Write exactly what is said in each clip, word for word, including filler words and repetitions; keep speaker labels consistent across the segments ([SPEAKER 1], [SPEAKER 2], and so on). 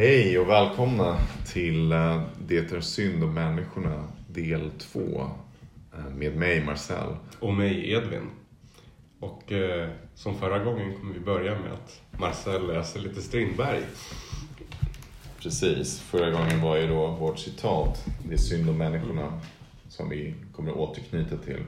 [SPEAKER 1] Hej och välkomna till Det är synd om människorna del två med mig Marcel.
[SPEAKER 2] Och mig Edvin. Och eh, som förra gången kommer vi börja med att Marcel läser lite Strindberg.
[SPEAKER 1] Precis, förra gången var ju då vårt citat Det är synd om människorna som vi kommer att återknyta till.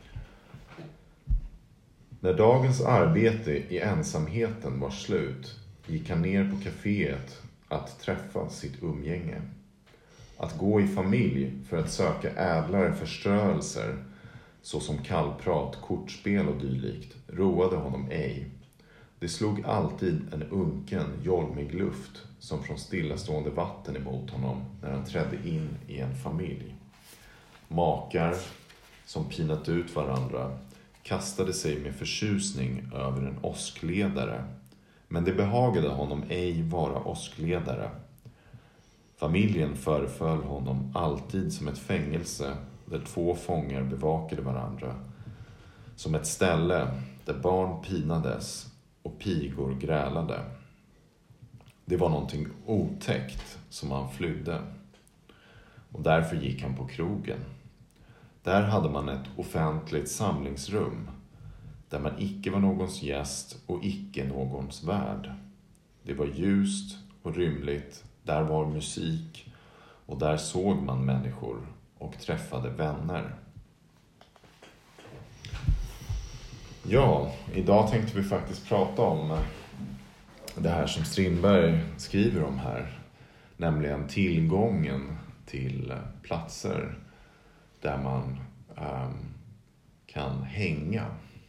[SPEAKER 1] När dagens arbete i ensamheten var slut gick han ner på kaféet att träffa sitt umgänge. Att gå i familj för att söka ädlare förströelser såsom kallprat, kortspel och dylikt roade honom ej. Det slog alltid en unken, jolmig luft som från stillastående vatten emot honom när han trädde in i en familj. Makar som pinat ut varandra kastade sig med förtjusning över en åskledare. Men det behagade honom ej vara åskledare. Familjen föreföll honom alltid som ett fängelse där två fångar bevakade varandra. Som ett ställe där barn pinades och pigor grälade. Det var någonting otäckt som han flydde. Och därför gick han på krogen. Där hade man ett offentligt samlingsrum. Där man icke var någons gäst och icke någons värd. Det var ljust och rymligt. Där var musik. Och där såg man människor och träffade vänner. Ja, idag tänkte vi faktiskt prata om det här som Strindberg skriver om här. Nämligen tillgången till platser där man um, kan hänga.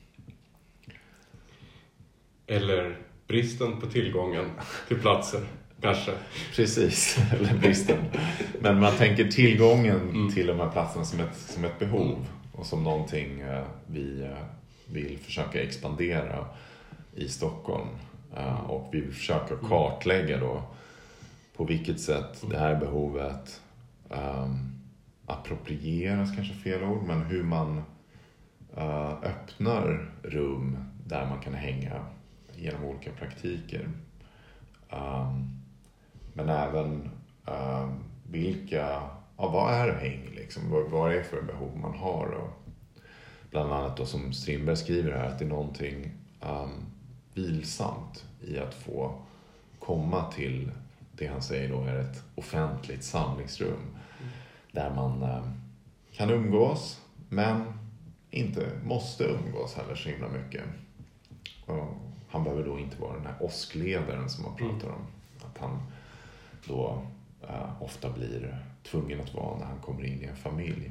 [SPEAKER 2] Eller bristen på tillgången till platser, kanske.
[SPEAKER 1] Precis, eller bristen. Men man tänker tillgången
[SPEAKER 2] mm.
[SPEAKER 1] till de här platserna som ett, som ett behov. Mm. Och som någonting uh, vi uh, vill försöka expandera i Stockholm. Uh, och vi vill försöka kartlägga då på vilket sätt det här behovet um, approprieras, kanske fel ord. Men hur man uh, öppnar rum där man kan hänga genom olika praktiker. Um, men även um, vilka, ja, vad är häng liksom? Vad, vad är det för behov man har? Och bland annat då som Strindberg skriver här att det är någonting um, vilsamt i att få komma till det han säger då är ett offentligt samlingsrum. Mm. Där man um, kan umgås men inte måste umgås heller så himla mycket. Och han behöver då inte vara den här åskledaren som man pratar om. Att han då uh, ofta blir tvungen att vara när han kommer in i en familj.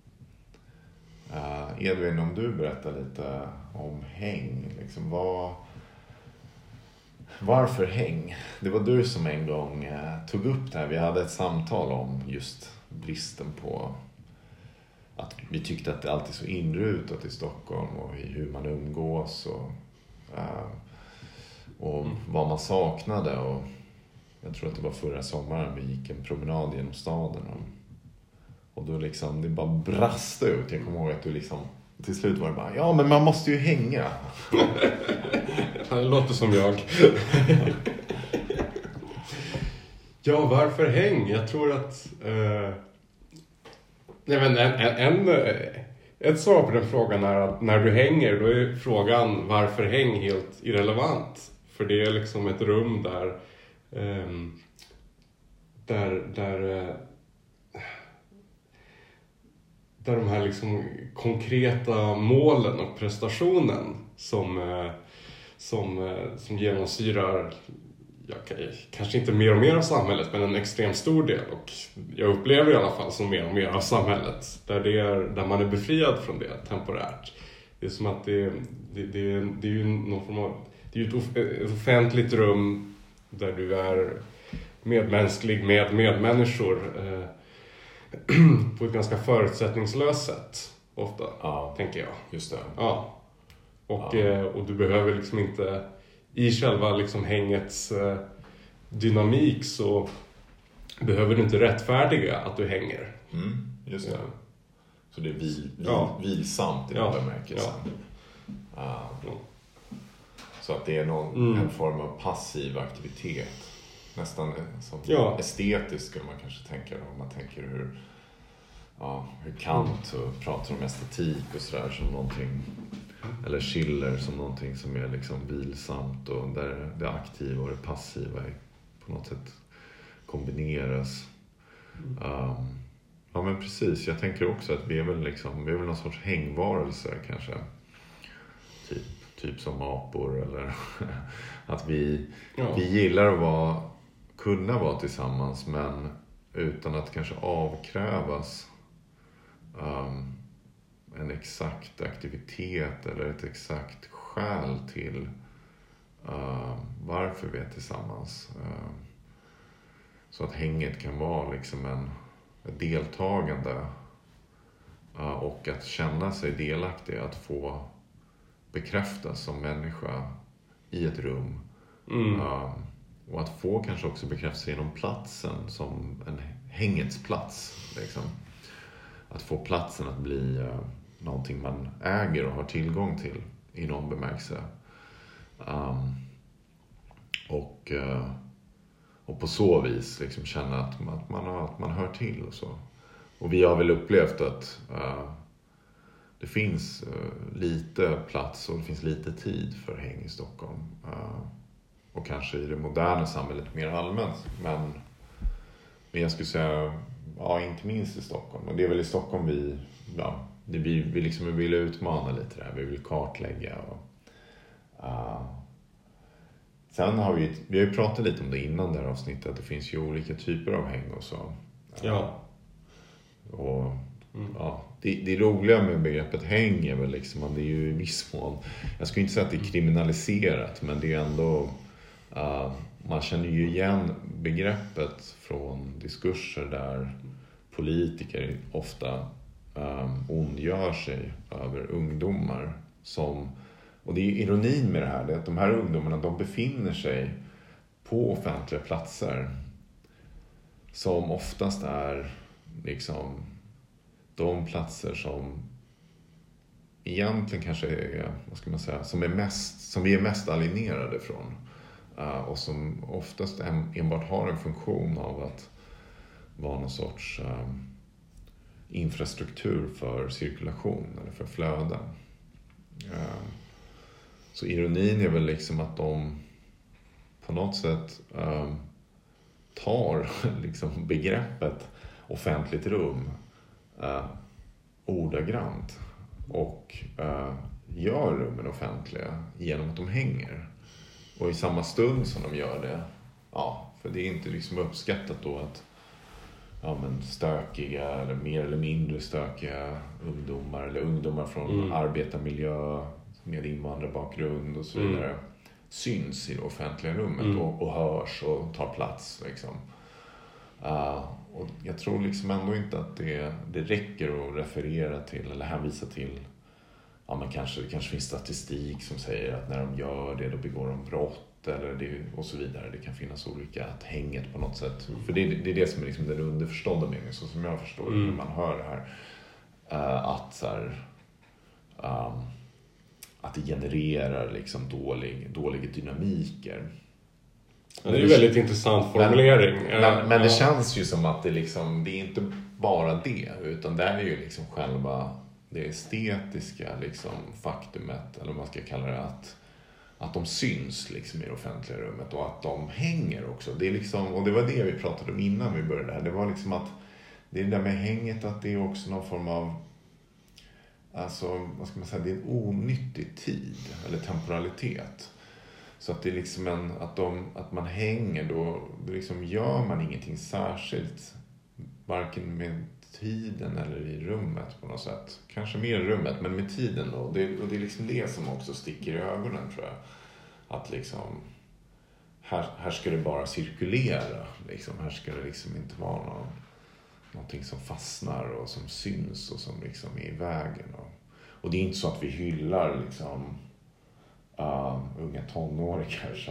[SPEAKER 1] Uh, Edvin, om du berättar lite om häng. Liksom, vad, varför häng? Det var du som en gång uh, tog upp det här. Vi hade ett samtal om just bristen på att vi tyckte att det alltid är så inrutat i Stockholm och i hur man umgås och Uh, och mm. vad man saknade. Och jag tror att det var förra sommaren vi gick en promenad genom staden och, och då liksom det bara brast ut. Jag kommer ihåg att du liksom till slut var det bara, ja men man måste ju hänga.
[SPEAKER 2] Det låter som jag. Ja, varför häng? Jag tror att uh... nej men en, en, en ett svar på den frågan är att när du hänger, då är frågan varför häng helt irrelevant. För det är liksom ett rum där um, där där uh, där de här liksom konkreta målen och prestationen som uh, som uh, som genomsyrar ja, kanske inte mer och mer av samhället, men en extremt stor del, och jag upplever i alla fall som mer och mer av samhället där, det är, där man är befriad från det temporärt. Det är som att det, det, det, det är ju någon form av, det är ju ett offentligt rum där du är medmänsklig med medmänniskor eh, på ett ganska förutsättningslöst sätt ofta,
[SPEAKER 1] ja,
[SPEAKER 2] tänker jag.
[SPEAKER 1] Just det.
[SPEAKER 2] Ja. Och,
[SPEAKER 1] ja.
[SPEAKER 2] Eh, och du behöver liksom inte i själva liksom hängets eh, dynamik så behöver du inte rättfärdiga att du hänger.
[SPEAKER 1] Mm, just det. Ja. Så det är vil, vil,
[SPEAKER 2] ja.
[SPEAKER 1] vilsamt i
[SPEAKER 2] ja.
[SPEAKER 1] den bemärkelsen.
[SPEAKER 2] Ja.
[SPEAKER 1] Ah. Så att det är någon, mm. en form av passiv aktivitet. nästan som
[SPEAKER 2] ja.
[SPEAKER 1] estetisk skulle man kanske tänka om man tänker hur, ja, hur Kant och pratar om estetik och sådär som någonting, eller Schiller som någonting som är liksom vilsamt och där det aktiva och det passiva på något sätt kombineras. Um, ja men precis, jag tänker också att vi är väl liksom, vi är väl någon sorts hängvarelser kanske. Typ, typ som apor eller att vi, ja. vi gillar att vara, kunna vara tillsammans men utan att kanske avkrävas um, en exakt aktivitet eller ett exakt skäl till uh, varför vi är tillsammans. Uh, så att hänget kan vara liksom en ett deltagande uh, och att känna sig delaktig, att få bekräftas som människa i ett rum.
[SPEAKER 2] Mm.
[SPEAKER 1] Uh, och att få kanske också bekräftas genom platsen som en hängets plats. Liksom. Att få platsen att bli uh, någonting man äger och har tillgång till i någon bemärkelse. Um, och, uh, och på så vis liksom känna att man, att, man har, att man hör till och så. Och vi har väl upplevt att uh, det finns uh, lite plats och det finns lite tid för häng i Stockholm. Uh, och kanske i det moderna samhället mer allmänt. Men, men jag skulle säga, ja, inte minst i Stockholm. Och det är väl i Stockholm vi, ja, det vi, vi, liksom, vi vill utmana lite där. Vi vill kartlägga. Och, uh, sen har vi, vi har ju pratat lite om det innan det här avsnittet. Att det finns ju olika typer av häng och så. Uh,
[SPEAKER 2] ja.
[SPEAKER 1] Och mm. ja, det, det roliga med begreppet häng är väl liksom att det är ju i viss mån, jag skulle inte säga att det är kriminaliserat, men det är ändå uh, man känner ju igen begreppet från diskurser där politiker ofta um, ondgör sig över ungdomar som, och det är ironin med det här, det är att de här ungdomarna, de befinner sig på offentliga platser som oftast är liksom de platser som egentligen kanske är, vad ska man säga, som är mest, som vi är mest alienerade från. Uh, och som oftast en, enbart har en funktion av att vara någon sorts um, infrastruktur för cirkulation eller för flöden. Uh, så ironin är väl liksom att de på något sätt um, tar liksom begreppet offentligt rum uh, ordagrant och uh, gör rummen offentliga genom att de hänger. Och i samma stund som de gör det, ja, för det är inte liksom uppskattat då att ja, men stökiga eller mer eller mindre stökiga ungdomar eller ungdomar från mm. arbetarmiljö med invandrarbakgrund och så vidare mm. syns i det offentliga rummet mm. och, och hörs och tar plats liksom. Uh, och jag tror liksom ändå inte att det, det räcker att referera till eller hänvisa till, ja men kanske, det kanske finns statistik som säger att när de gör det då begår de brott eller det, och så vidare. Det kan finnas olika, att hänget på något sätt, för det, det är det som är liksom den underförstådda meningen, så som jag förstår mm. när man hör det här, uh, att så här, um, att det genererar liksom dålig, dåliga dynamiker.
[SPEAKER 2] Ja, det är ju väldigt intressant formulering.
[SPEAKER 1] Men, men, men det känns ju som att det liksom, det är inte bara det, utan det är ju liksom själva det estetiska liksom faktumet, eller vad man ska kalla det, att, att de syns liksom i det offentliga rummet och att de hänger också. Det är liksom, och det var det vi pratade om innan vi började här. Det var liksom att det är det där med hänget, att det är också någon form av, alltså vad ska man säga, det är en onyttig tid eller temporalitet. Så att det är liksom en, att, de, att man hänger då, då liksom gör man ingenting särskilt, varken med tiden eller i rummet på något sätt. Kanske mer i rummet, men med tiden då. Det, och det är liksom det som också sticker i ögonen, tror jag. Att liksom, här, här ska det bara cirkulera. Liksom. Här ska det liksom inte vara någon, någonting som fastnar och som syns och som liksom är i vägen. Och, och det är inte så att vi hyllar liksom Uh, unga tonåringar som,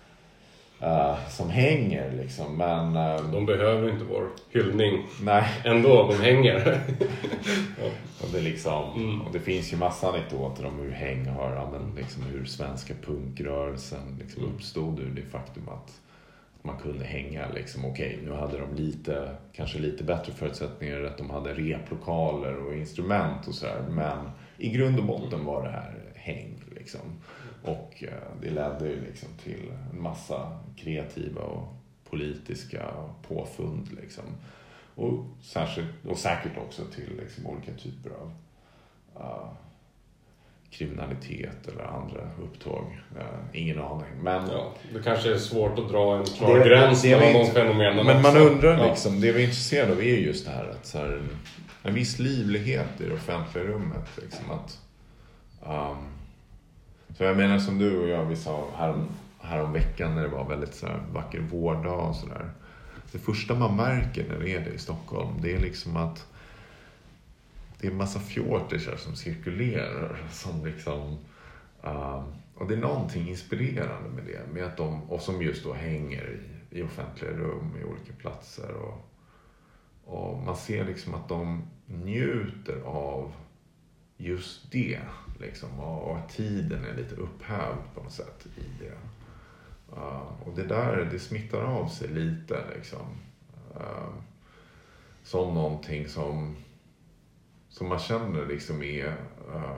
[SPEAKER 1] uh, som hänger liksom, men uh,
[SPEAKER 2] de behöver inte vår hyllning.
[SPEAKER 1] Nej.
[SPEAKER 2] Ändå, de hänger.
[SPEAKER 1] Ja. Och det liksom, mm. och det finns ju massa anekdoter om hur häng har, ja, men liksom hur svenska punkrörelsen liksom mm. uppstod ur det faktum att man kunde hänga liksom. Okej, nu hade de lite, kanske lite bättre förutsättningar att de hade replokaler och instrument och så här. Men i grund och botten var det här häng liksom. Och eh, det ledde ju liksom till en massa kreativa och politiska påfund liksom. Och, särskilt, och säkert också till liksom, olika typer av uh, kriminalitet eller andra upptåg. Uh, ingen aning. Men,
[SPEAKER 2] ja, det kanske är svårt att dra en klar
[SPEAKER 1] det,
[SPEAKER 2] gräns
[SPEAKER 1] det
[SPEAKER 2] mellan
[SPEAKER 1] inte,
[SPEAKER 2] de fenomenen.
[SPEAKER 1] Men
[SPEAKER 2] också.
[SPEAKER 1] man undrar
[SPEAKER 2] ja.
[SPEAKER 1] liksom, det vi är intresserade av är just det här att så här, en viss livlighet i det offentliga rummet. Liksom, att, um, så jag menar som du och jag, vi sa här, här om veckan när det var väldigt så här, vacker vårdag och sådär. Det första man märker när det är det i Stockholm, det är liksom att det är en massa fjortisar som cirkulerar. Som liksom, uh, och det är någonting inspirerande med det. Med att de, och som just då hänger i, i offentliga rum, i olika platser. Och, och man ser liksom att de njuter av just det. Liksom, och att tiden är lite upphävd på något sätt i det. Uh, och det där, det smittar av sig lite liksom. Uh, som någonting som som man känner liksom är uh,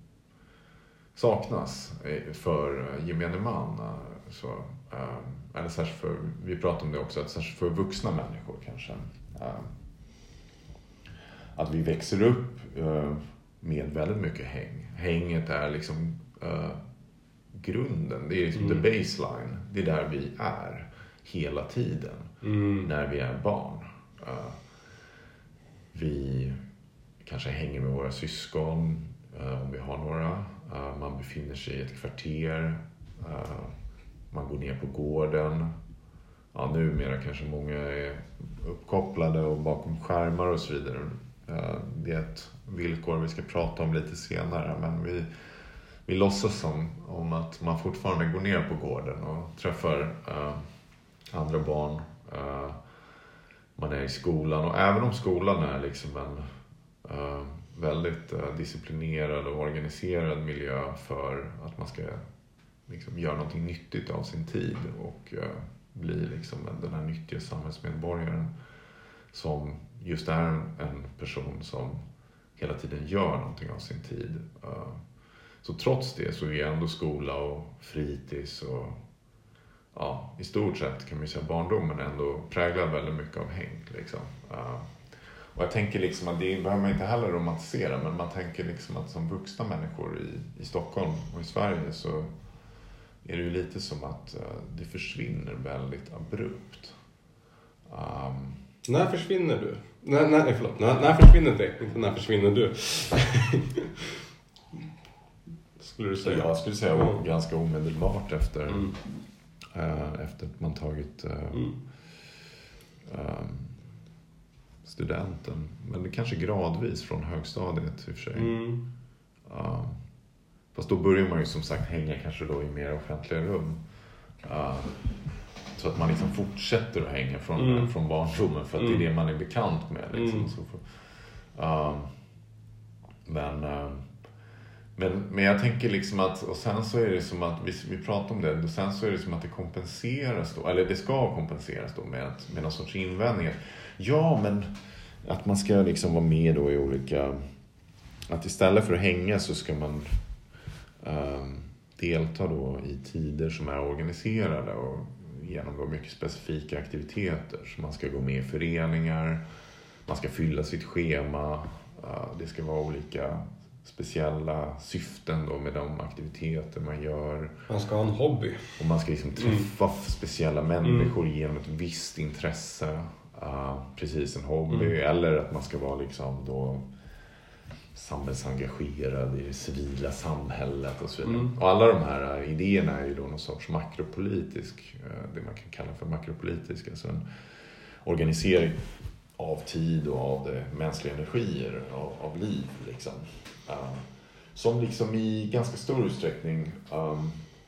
[SPEAKER 1] saknas för gemene man. Uh, så, uh, eller särskilt för, vi pratar om det också, att särskilt för vuxna människor kanske. Uh, att vi växer upp uh, med väldigt mycket häng. Hänget är liksom uh, grunden, det är liksom mm. the baseline. Det är där vi är hela tiden mm. när vi är barn. Uh, vi kanske hänger med våra syskon uh, om vi har några. Uh, man befinner sig i ett kvarter. Uh, man går ner på gården. Ja, numera kanske många är uppkopplade och bakom skärmar och så vidare. Uh, det är ett villkor vi ska prata om lite senare, men vi Vi låtsas som om att man fortfarande går ner på gården och träffar uh, andra barn. Uh, man är i skolan, och även om skolan är liksom en uh, väldigt uh, disciplinerad och organiserad miljö för att man ska liksom, göra någonting nyttigt av sin tid och uh, bli liksom, den här nyttiga samhällsmedborgaren som just är en, en person som hela tiden gör någonting av sin tid. Uh, Så trots det så är ändå skola och fritids och ja, i stort sett kan man säga barndomen ändå präglar väldigt mycket av häng. Liksom. Uh, och jag tänker liksom att det behöver man inte heller romantisera, men man tänker liksom att som vuxna människor i, i Stockholm och i Sverige så är det ju lite som att uh, det försvinner väldigt abrupt. Um,
[SPEAKER 2] när försvinner du? Nej, nej, förlåt. När, när försvinner det? Inte när försvinner du? Skulle du säga?
[SPEAKER 1] Jag skulle säga mm. ganska omedelbart efter,
[SPEAKER 2] mm.
[SPEAKER 1] äh, efter att man tagit äh, mm. äh, studenten. Men det kanske gradvis från högstadiet i och för sig. Mm. Uh, fast då börjar man ju som sagt hänga kanske då i mer offentliga rum. Uh, så att man liksom fortsätter att hänga från, mm. från barndomen för att mm. det är det man är bekant med. Liksom. Mm. Så för, uh, men... Uh, Men, men jag tänker liksom att, och sen så är det som att, vi, vi pratar om det, och sen så är det som att det kompenseras då, eller det ska kompenseras då med, med någon sorts invändningar. Ja, men att man ska liksom vara med då i olika, att istället för att hänga så ska man um, delta då i tider som är organiserade och genomgå mycket specifika aktiviteter. Så man ska gå med i föreningar, man ska fylla sitt schema, uh, det ska vara olika speciella syften då med de aktiviteter man gör.
[SPEAKER 2] Man ska ha en hobby.
[SPEAKER 1] Och man ska liksom träffa mm. speciella människor mm. genom ett visst intresse. Uh, precis, en hobby. Mm. Eller att man ska vara liksom då samhällsengagerad i det civila samhället och så vidare. Mm. Och alla de här idéerna är ju då någon sorts makropolitisk, uh, det man kan kalla för makropolitisk. Alltså en organisering av tid och av det mänskliga energier av, av liv liksom. Uh, som liksom i ganska stor utsträckning um,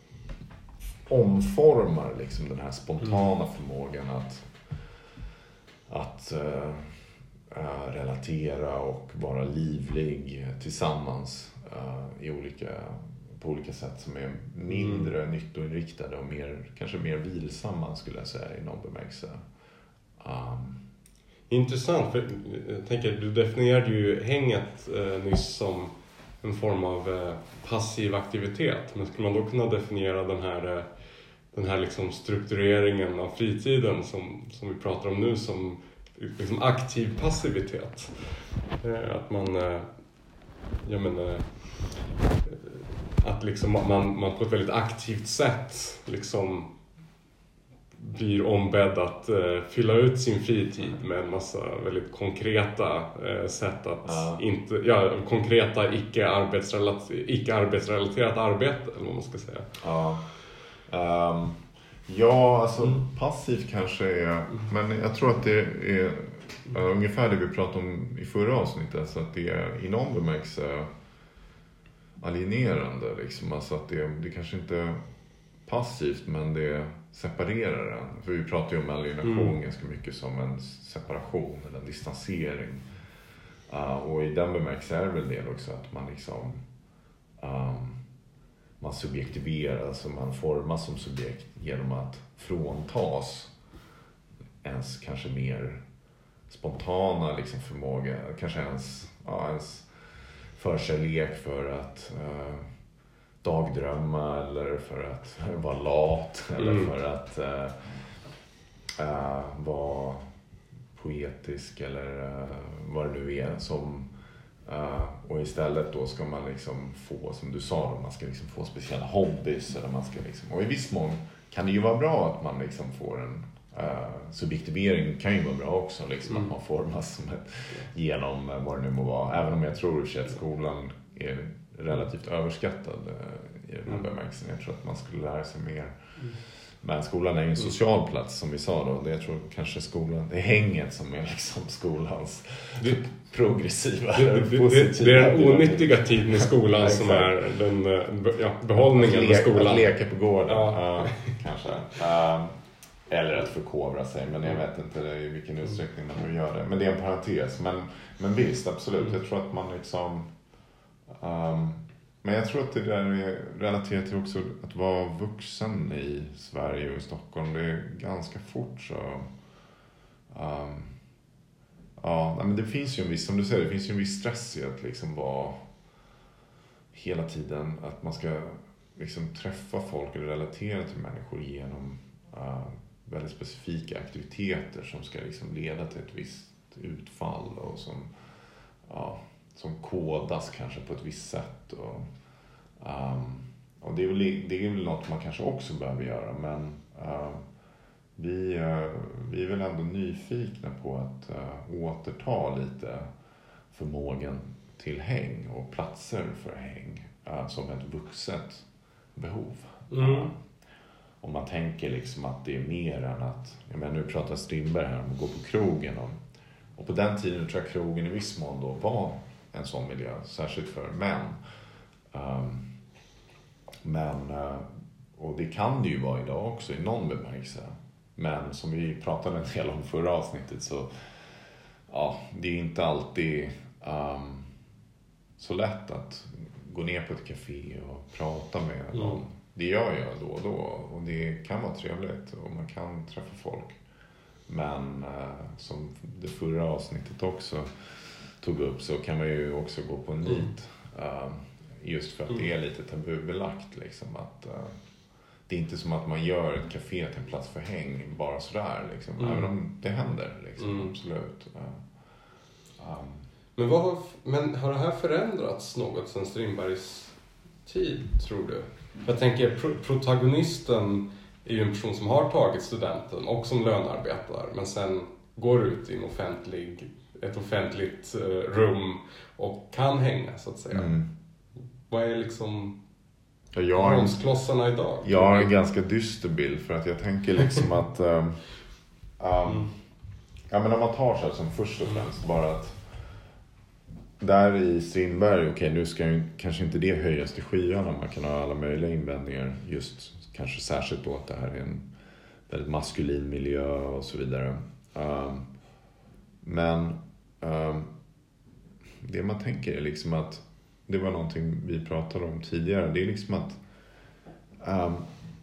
[SPEAKER 1] omformar liksom den här spontana förmågan att att uh, uh, relatera och vara livlig tillsammans uh, i olika på olika sätt som är mindre mm. nyttoinriktade och mer, kanske mer vilsamma skulle jag säga i någon bemärkelse. Um.
[SPEAKER 2] Intressant, för jag tänker du definierade ju hänget eh, nyss som en form av eh, passiv aktivitet, men skulle man då kunna definiera den här, eh, den här liksom struktureringen av fritiden som, som vi pratar om nu som liksom aktiv passivitet? Eh, att man eh, jag menar, att liksom man, man på ett väldigt aktivt sätt liksom blir ombedd att eh, fylla ut sin fritid med en massa väldigt konkreta eh, sätt att ja. inte, ja, konkreta icke-arbetsrelaterat, icke-arbetsrelaterat arbete, eller vad man ska säga.
[SPEAKER 1] Ja, um, ja alltså mm. passivt kanske är, men jag tror att det är uh, ungefär det vi pratade om i förra avsnittet, så att det är i någon bemärkelse alienerande liksom, alltså att det, det kanske inte är passivt, men det separerar den. För vi pratar ju om alienation mm. ganska mycket som en separation eller en distansering. Uh, och i den bemärkelsen är det väl det också att man liksom um, man subjektiveras och man formas som subjekt genom att fråntas ens kanske mer spontana liksom förmåga, kanske ens, ja, ens förkärlek för att uh, dagdrömma eller för att vara lat eller mm. för att uh, uh, vara poetisk eller uh, vad det nu är som uh, och istället då ska man liksom få, som du sa då, man ska liksom få speciella hobbies eller man ska liksom, och i viss mån kan det ju vara bra att man liksom får en uh, subjektivering kan ju vara bra också liksom, mm. att man formas som ett, genom uh, vad det nu må vara, även om jag tror att skolan är relativt överskattad uh, i den här bemärkelsen. Jag tror att man skulle lära sig mer. Mm. Men skolan är ju en social plats som vi sa då. Det jag tror kanske skolan, det är hänget som är liksom skolans det, progressiva,
[SPEAKER 2] det, det, positiva. Det, det är den onyttiga tiden i skolan som är den ja, behållningen
[SPEAKER 1] le,
[SPEAKER 2] med skolan.
[SPEAKER 1] Att leka på gården,
[SPEAKER 2] ja.
[SPEAKER 1] uh, kanske. Uh, eller att förkovra sig, men jag vet inte i vilken utsträckning man nu gör det. Men det är en parentes. Men, men visst, absolut. Jag tror att man liksom... Um, men jag tror att det där är relaterat till också att vara vuxen i Sverige och i Stockholm. Det är ganska fort så... Um, ja, men det finns ju en viss, som du säger, det finns ju en viss stress i att liksom vara hela tiden, att man ska liksom träffa folk eller relatera till människor genom uh, väldigt specifika aktiviteter som ska liksom leda till ett visst utfall och som, ja, som kodas kanske på ett visst sätt. Och, um, och det är väl, det är väl något man kanske också behöver göra, men uh, vi, uh, vi är väl ändå nyfikna på att uh, återta lite förmågan till häng och platser för häng uh, som ett vuxet behov.
[SPEAKER 2] Mm.
[SPEAKER 1] Uh, om man tänker liksom att det är mer än att, jag menar, nu pratar Strindberg här om att gå på krogen och, och på den tiden tror jag krogen i viss mån då var en sån miljö, särskilt för män. Um, men, uh, och det kan det ju vara idag också i någon bemärkelse. Men som vi pratade en del om förra avsnittet så ja, det är inte alltid um, så lätt att gå ner på ett café och prata med någon. Mm. Det gör jag då och då och det kan vara trevligt och man kan träffa folk. Men uh, som det förra avsnittet också tog upp så kan man ju också gå på en nit. Uh, just för att mm. det är lite tabubelagt liksom att... Uh, det är inte som att man gör ett café till en plats för häng bara sådär liksom. Mm. Även om det händer liksom, mm. absolut. Uh, um.
[SPEAKER 2] Men, vad har, men har det här förändrats något sedan Strindbergs tid, tror du? Jag tänker, pro- protagonisten är ju en person som har tagit studenten och som lönearbetar, men sen går ut i en offentlig, ett offentligt uh, rum och kan hänga, så att säga. Mm. Vad är liksom... bromsklossarna idag?
[SPEAKER 1] Jag har en ganska dyster bild för att jag tänker liksom att um, um, mm. ja, men om man tar så här som först och främst bara att där i Strindberg, okej okay, nu ska ju kanske inte det höjas till skyarna, man kan ha alla möjliga invändningar, just kanske särskilt då att det här är en väldigt maskulin miljö och så vidare. Um, men um, det man tänker är liksom att det var någonting vi pratade om tidigare. Det är liksom att um,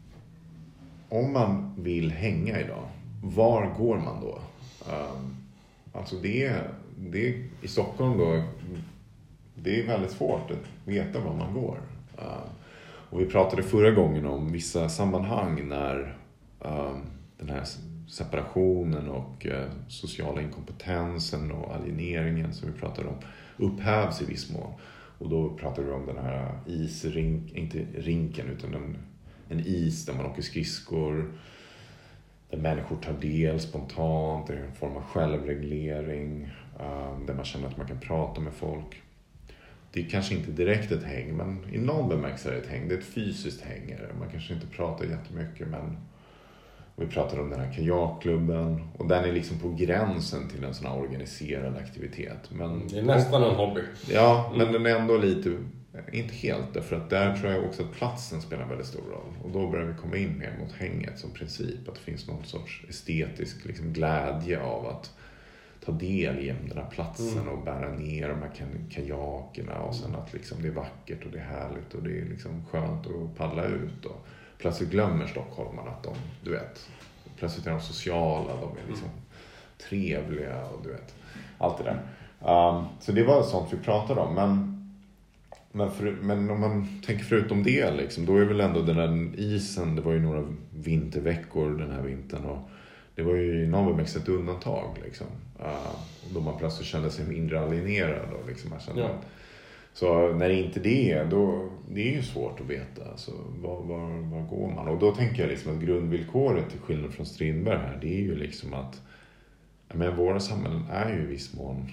[SPEAKER 1] om man vill hänga idag, var går man då? Um, alltså det är, det är i Stockholm då, det är väldigt svårt att veta var man går. Uh, och vi pratade förra gången om vissa sammanhang när um, den här separationen och uh, sociala inkompetensen och alieneringen som vi pratade om upphävs i viss mån. Och då pratade vi om den här isrink, inte rinken utan en, en is där man åker skridskor, där människor tar del spontant, det är en form av självreglering, uh, där man känner att man kan prata med folk. Det är kanske inte direkt ett häng, men i någon bemärkelse är det ett häng. Det är ett fysiskt häng. Man kanske inte pratar jättemycket, men vi pratade om den här kajakklubben. Och den är liksom på gränsen till en sån här organiserad aktivitet. Men,
[SPEAKER 2] det är nästan en hobby.
[SPEAKER 1] Ja, men den är ändå lite, inte helt. Därför att där tror jag också att platsen spelar en väldigt stor roll. Och då börjar vi komma in mer mot hänget som princip. Att det finns någon sorts estetisk liksom glädje av att ta del i den här platsen mm. och bära ner de här kajakerna och sen att liksom det är vackert och det är härligt och det är liksom skönt att paddla ut och plötsligt glömmer stockholmarna att de, du vet, plötsligt är de sociala, de är liksom mm. trevliga och du vet, allt det där. Um, så det var sånt vi pratade om, men men, för, men om man tänker förutom det liksom, då är väl ändå den där isen, det var ju några vinterveckor den här vintern och det var ju i någon bemärkelse ett undantag liksom. Uh, då man plötsligt kände sig mindre alienerad och liksom man kände
[SPEAKER 2] ja.
[SPEAKER 1] att, så när det inte det är, då det är ju svårt att veta alltså, var, var, var går man? Och då tänker jag liksom att grundvillkoret till skillnad från Strindberg här, det är ju liksom att men våra samhällen är ju i viss mån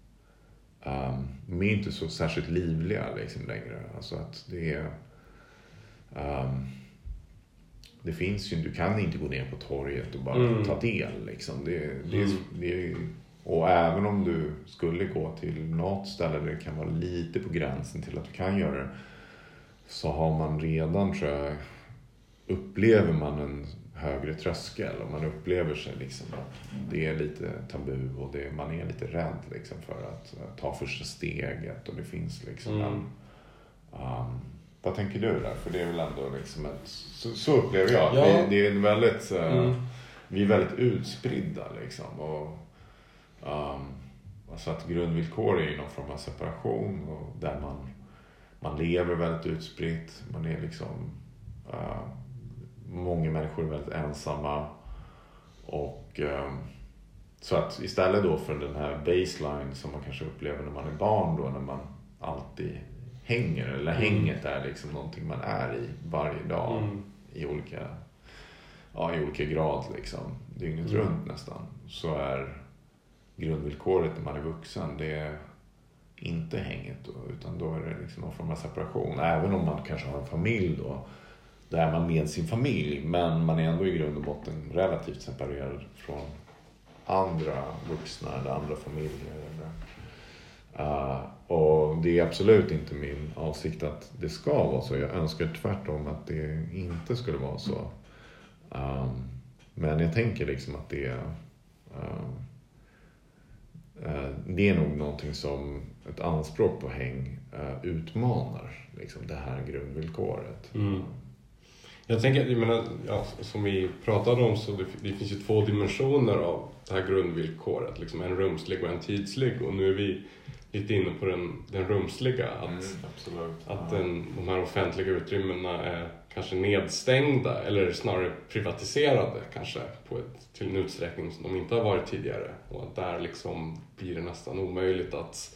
[SPEAKER 1] um, de är inte så särskilt livliga liksom längre. Alltså att det är um, det finns ju, du kan inte gå ner på torget och bara mm. ta del liksom. Det, det, mm. det, och även om du skulle gå till något ställe där det kan vara lite på gränsen till att du kan göra det, så har man redan, tror jag, upplever man en högre tröskel och man upplever sig liksom att det är lite tabu och det, man är lite rädd liksom för att ta första steget och det finns liksom mm. en um, vad tänker du där? För det är väl ändå liksom ett, så, så upplever jag.
[SPEAKER 2] Ja.
[SPEAKER 1] Vi, det är en väldigt, mm. uh, vi är väldigt utspridda liksom. Och, um, alltså att grundvillkor är ju någon form av separation och där man, man lever väldigt utspritt. Man är liksom, uh, många människor är väldigt ensamma. Och um, så att istället då för den här baseline som man kanske upplever när man är barn då, när man alltid hänger eller mm. hänget är liksom någonting man är i varje dag mm. i olika ja, i olika grad liksom dygnet mm. runt nästan, så är grundvillkoret när man är vuxen det är inte hänget då, utan då är det liksom någon form av separation, även om man kanske har en familj då, där är man med sin familj men man är ändå i grund och botten relativt separerad från andra vuxna eller andra familjer eller Uh, och det är absolut inte min avsikt att det ska vara så. Jag önskar tvärtom att det inte skulle vara så. Um, men jag tänker liksom att det är uh, uh, det är nog någonting som ett anspråk på häng uh, utmanar liksom det här grundvillkoret.
[SPEAKER 2] Mm. Jag tänker, jag menar, ja, som vi pratade om, så det, det finns ju två dimensioner av det här grundvillkoret, liksom en rumslig och en tidslig, och nu är vi lite inne på den, den rumsliga, att, mm, absolut. att den, de här offentliga utrymmena är kanske nedstängda eller snarare privatiserade kanske på ett, till en utsträckning som de inte har varit tidigare, och att där liksom blir det nästan omöjligt att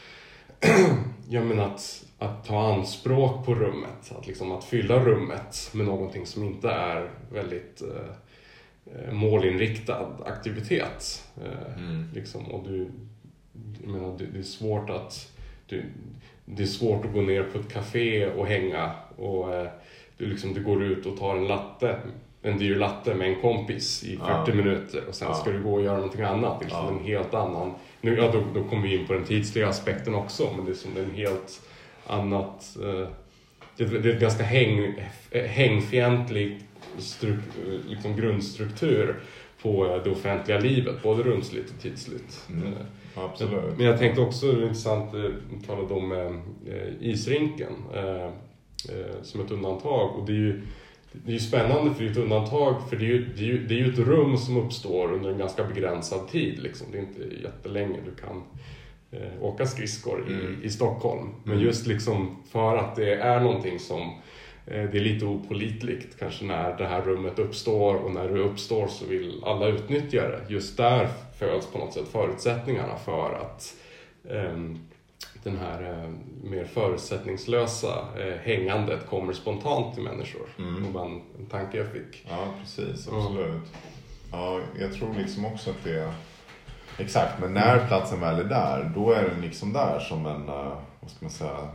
[SPEAKER 2] jag menar att, att ta anspråk på rummet, att, liksom, att fylla rummet med någonting som inte är väldigt eh, målinriktad aktivitet. Eh, mm. liksom, och du, jag menar, det, det är svårt att du, det är svårt att gå ner på ett café och hänga och eh, du, liksom, du går ut och tar en latte, en dyr latte med en kompis i fyrtio ja. minuter och sen ja. ska du gå och göra någonting annat. Det är liksom ja. en helt annan. Nu, ja, då, då kommer vi in på den tidsliga aspekten också, men det är som en helt annat. Eh, det, det är en ganska häng, hängfientlig stru, liksom grundstruktur på det offentliga livet, både rumsligt och tidsligt.
[SPEAKER 1] Mm. Absolut.
[SPEAKER 2] Men jag tänkte också, det är intressant, du talade om eh, isrinken eh, eh, som ett undantag. Och det är ju, det är ju spännande för det är ett undantag, för det är ju, det är ju, det är ju ett rum som uppstår under en ganska begränsad tid. Liksom. Det är inte jättelänge du kan eh, åka skridskor i, mm. i Stockholm. Men just liksom för att det är någonting som eh, det är lite opålitligt kanske när det här rummet uppstår, och när det uppstår så vill alla utnyttja det. Just där föds på något sätt förutsättningarna för att eh, den här eh, mer förutsättningslösa eh, hängandet kommer spontant till människor. Mm. Det var en, en tanke jag fick.
[SPEAKER 1] Ja, precis. Absolut. Mm. Ja, jag tror liksom också att det är... Exakt, men när platsen väl är där, då är den liksom där som en, uh, vad ska man säga,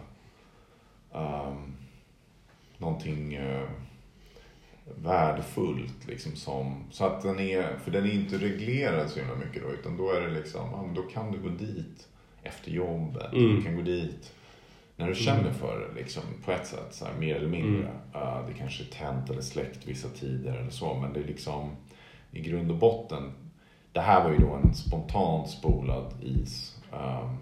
[SPEAKER 1] um, någonting uh, värdefullt liksom som, så att den är, för den är inte reglerad så himla mycket då, utan då är det liksom, ja, då kan du gå dit efter jobbet, mm. du kan gå dit när du känner mm. för det liksom, på ett sätt, så här, mer eller mindre. Mm. Uh, det kanske är tänt eller släckt vissa tider eller så, men det är liksom i grund och botten. Det här var ju då en spontant spolad is um,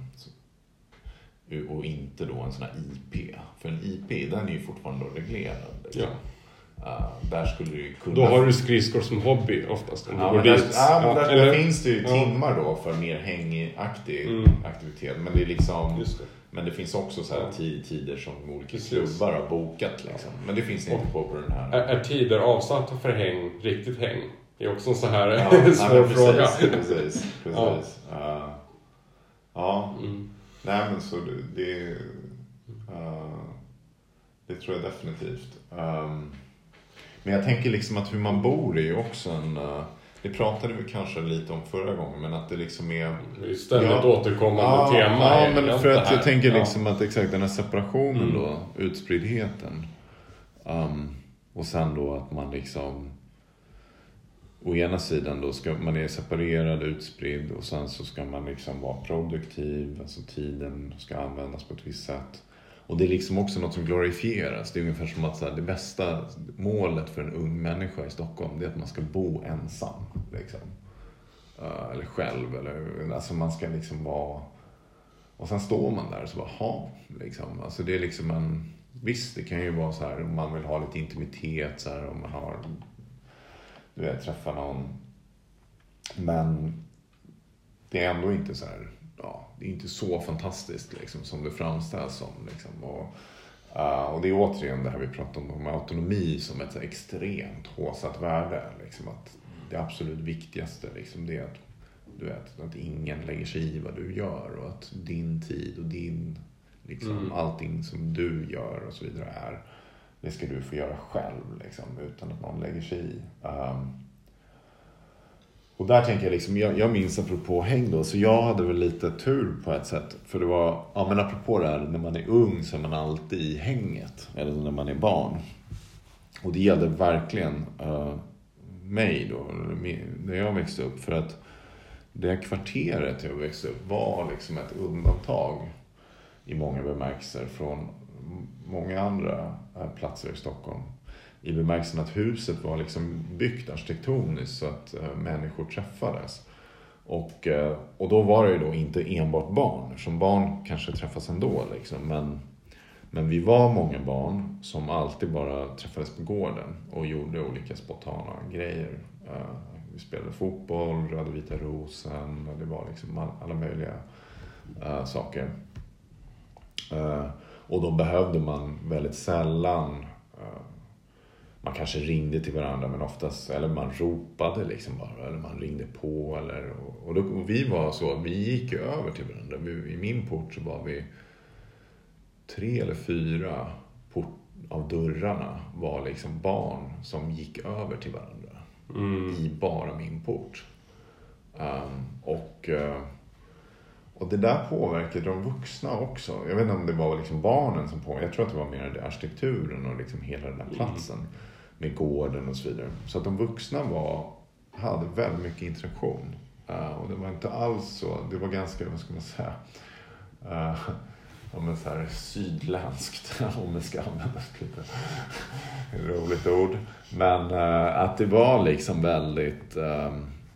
[SPEAKER 1] och inte då en sån här I P. För en I P, den är ju fortfarande då reglerad. Liksom. Ja. Uh, där skulle du kunna...
[SPEAKER 2] Då har du skridskor som hobby oftast.
[SPEAKER 1] Ja, men där, ja, men där, ja, där finns det ju ja. timmar då för mer hängaktig mm. aktivitet. Men det är liksom... Just det. Men det finns också så här ja. tider som olika Precis. klubbar har bokat. Liksom. Men det finns inte på, på den här.
[SPEAKER 2] Är, är tider avsatta för häng, riktigt häng? Det är också en så här ja, svår ja, precis, fråga.
[SPEAKER 1] Precis, precis. Ja, uh, ja. Mm. Nej men så det, det, uh, det tror jag definitivt. Um, men jag tänker liksom att hur man bor är ju också en... Uh, det pratade vi kanske lite om förra gången, men att det liksom är...
[SPEAKER 2] Det är ständigt ja, återkommande
[SPEAKER 1] ja,
[SPEAKER 2] tema.
[SPEAKER 1] Ja, men för att jag tänker liksom ja. att exakt den här separationen mm. då, utspriddheten. Um, och sen då att man liksom... Å ena sidan då ska man är separerad, utspridd, och sen så ska man liksom vara produktiv, alltså tiden ska användas på ett visst sätt. Och det är liksom också något som glorifieras. Det är ungefär som att så här, det bästa målet för en ung människa i Stockholm, det är att man ska bo ensam liksom. Uh, eller själv, eller alltså man ska liksom vara, och sen står man där och så bara ha liksom. Alltså det är liksom en, visst det kan ju vara så här om man vill ha lite intimitet så här, om man har, du vet, träffa någon. Men det är ändå inte så här, ja, det är inte så fantastiskt liksom, som det framställs som. Liksom. Och, uh, och det är återigen det här vi pratar om, om autonomi som ett så extremt håsat värde. Liksom, att det absolut viktigaste liksom, det är att, du vet, att ingen lägger sig i vad du gör. Och att din tid och din, liksom, mm. allting som du gör och så vidare är, det ska du få göra själv liksom, utan att någon lägger sig i. Um, och där tänker jag liksom, jag, jag minns apropå häng då, så jag hade väl lite tur på ett sätt. För det var, ja men apropå det här, när man är ung så är man alltid i hänget. Eller när man är barn. Och det gällde verkligen uh, mig då, när jag växte upp. För att det kvarteret jag växte upp var liksom ett undantag i många bemärkelser från många andra platser i Stockholm. I bemärkelsen att huset var liksom byggt arkitektoniskt så att uh, människor träffades. Och, uh, och då var det ju då inte enbart barn. Som barn kanske träffas ändå liksom. Men, men vi var många barn som alltid bara träffades på gården och gjorde olika spontana grejer. Uh, vi spelade fotboll, Röda Vita Rosen, och det var liksom all, alla möjliga uh, saker. Uh, och då behövde man väldigt sällan, uh, man kanske ringde till varandra, men oftast, eller man ropade liksom bara, eller man ringde på, eller, och, då, och vi var så, vi gick ju över till varandra. Vi, i min port så var vi tre eller fyra port av dörrarna var liksom barn som gick över till varandra mm. i bara min port. Um, och uh, Och det där påverkade de vuxna också. Jag vet inte om det var liksom barnen som påverkade. Jag tror att det var mer det arkitekturen och liksom hela den här platsen. Mm. Med gården och så vidare. Så att de vuxna var, hade väldigt mycket interaktion. Uh, och det var inte alls så. Det var ganska, vad ska man säga. Uh, om en så här sydländskt. Om man ska använda ett lite roligt ord. Men uh, att det var liksom väldigt... Um,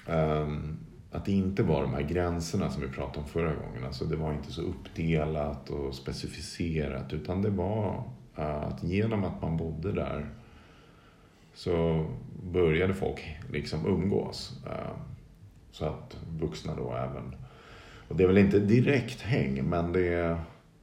[SPEAKER 1] Um, att det inte var de här gränserna som vi pratade om förra gången. Alltså det var inte så uppdelat och specificerat, utan det var uh, att genom att man bodde där så började folk liksom umgås. Uh, så att vuxna då även. Och det är väl inte direkt häng, men det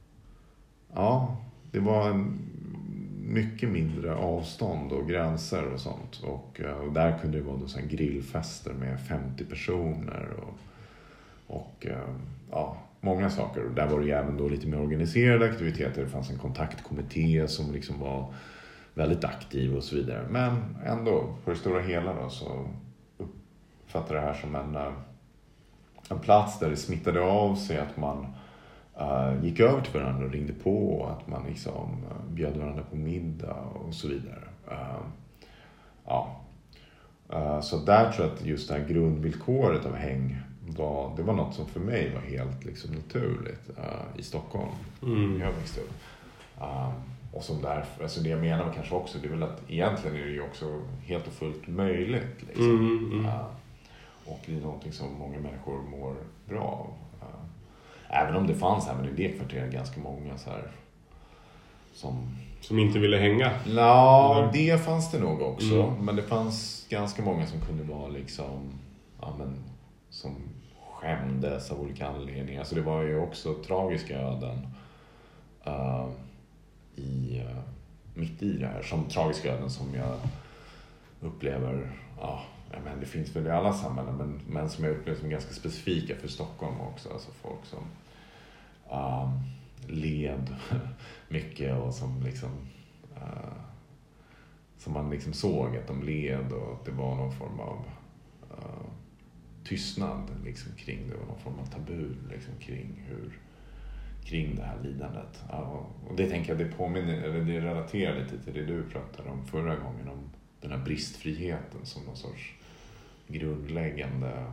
[SPEAKER 1] ja, det var en mycket mindre avstånd och gränser och sånt. Och, och där kunde det vara då så här grillfester med femtio personer och, och ja, många saker. Och där var det även då lite mer organiserade aktiviteter. Det fanns en kontaktkommitté som liksom var väldigt aktiv och så vidare. Men ändå, på det stora hela då, så uppfattade det här som en, en plats där det smittade av sig att man Uh, gick över till varandra och ringde på, och att man liksom uh, bjöd varandra på middag och så vidare. Uh, ja. uh, så där tror jag att just det här grundvillkoret av häng var, det var något som för mig var helt liksom naturligt uh, i Stockholm.
[SPEAKER 2] Mm.
[SPEAKER 1] Jag växte upp. Uh, och som därför, alltså det jag menar kanske också, det är väl att egentligen är det ju också helt och fullt möjligt liksom.
[SPEAKER 2] Mm, mm.
[SPEAKER 1] Uh, och det är någonting som många människor mår bra av. Uh, Även om det fanns även i det kvarteret ganska många så här som...
[SPEAKER 2] Som inte ville hänga?
[SPEAKER 1] Ja,
[SPEAKER 2] eller?
[SPEAKER 1] Det fanns det nog också.
[SPEAKER 2] Mm.
[SPEAKER 1] Men det fanns ganska många som kunde vara liksom... Ja, men, som skämdes av olika anledningar. Så det var ju också tragiska öden uh, i, uh, mitt i det här. Som tragiska öden som jag upplever... Ja, men det finns väl i alla samhällen, men, men som jag upplever som ganska specifika för Stockholm också. Alltså folk som uh, led mycket och som liksom uh, som man liksom såg att de led, och att det var någon form av uh, tystnad liksom kring det, och någon form av tabu liksom kring hur kring det här lidandet. Uh, och det tänker jag, det påminner, eller det relaterar lite till det du pratade om förra gången, om den här bristfriheten som någon sorts grundläggande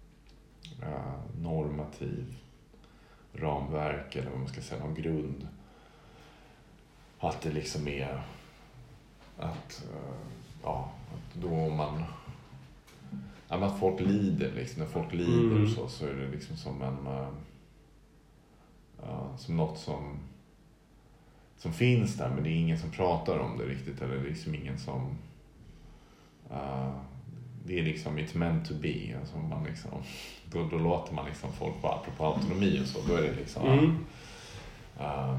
[SPEAKER 1] uh, normativ ramverk, eller vad man ska säga, någon grund. Att det liksom är att, uh, ja, att då man ja, att folk lider liksom, när folk lider
[SPEAKER 2] mm.
[SPEAKER 1] så, så är det liksom som en uh, uh, som något som som finns där, men det är ingen som pratar om det riktigt, eller det är liksom ingen som Uh, det är liksom it's meant to be, alltså man liksom, då, då låter man liksom folk vara, apropå autonomi och så, då är det liksom
[SPEAKER 2] mm.
[SPEAKER 1] uh,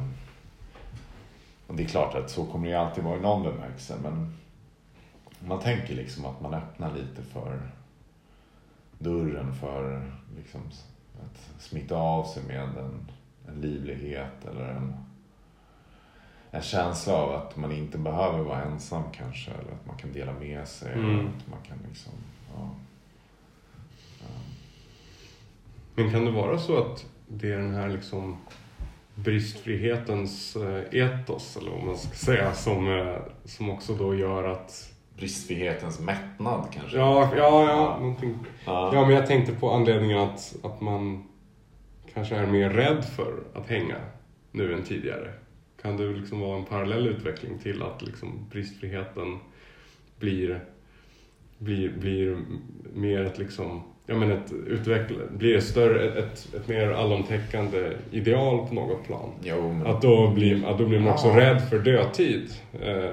[SPEAKER 1] och det är klart att så kommer det ju alltid vara i någon bemärkelse, men man tänker liksom att man öppnar lite för dörren för liksom att smitta av sig med en, en livlighet eller en en känsla av att man inte behöver vara ensam kanske, eller att man kan dela med sig,
[SPEAKER 2] mm.
[SPEAKER 1] att man kan liksom ja. Ja.
[SPEAKER 2] Men kan det vara så att det är den här liksom bristfrihetens etos, eller vad man ska säga, som, som också då gör att
[SPEAKER 1] bristfrihetens mättnad kanske?
[SPEAKER 2] Ja, ja, ja, någonting.
[SPEAKER 1] Ja.
[SPEAKER 2] Ja, men jag tänkte på anledningen att, att man kanske är mer rädd för att hänga nu än tidigare. Kan det liksom vara en parallell utveckling till att liksom bristfriheten blir, blir, blir mer ett, liksom, ja, men ett utveckla, blir ett, större, ett, ett mer allomtäckande ideal på något plan?
[SPEAKER 1] Jo, men...
[SPEAKER 2] Att då blir, att då blir man också ja. rädd för dödtid.
[SPEAKER 1] Mm.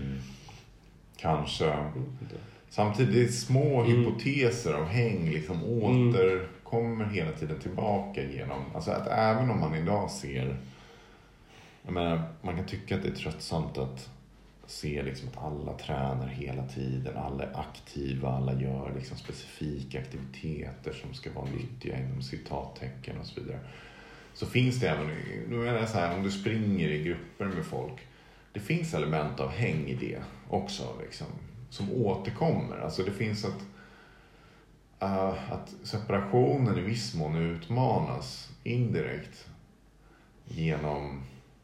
[SPEAKER 1] Kanske. Samtidigt små mm. hypoteser av häng liksom återkommer mm. hela tiden tillbaka genom. Alltså att även om man idag ser... Jag menar, man kan tycka att det är tröttsamt att se liksom att alla tränar hela tiden, alla är aktiva, alla gör liksom specifika aktiviteter som ska vara nyttiga inom citattecken och så vidare. Så finns det även, nu menar jag så här, om du springer i grupper med folk, det finns element av häng i det också liksom, som återkommer. Alltså det finns att, uh, att separationen i viss mån utmanas indirekt genom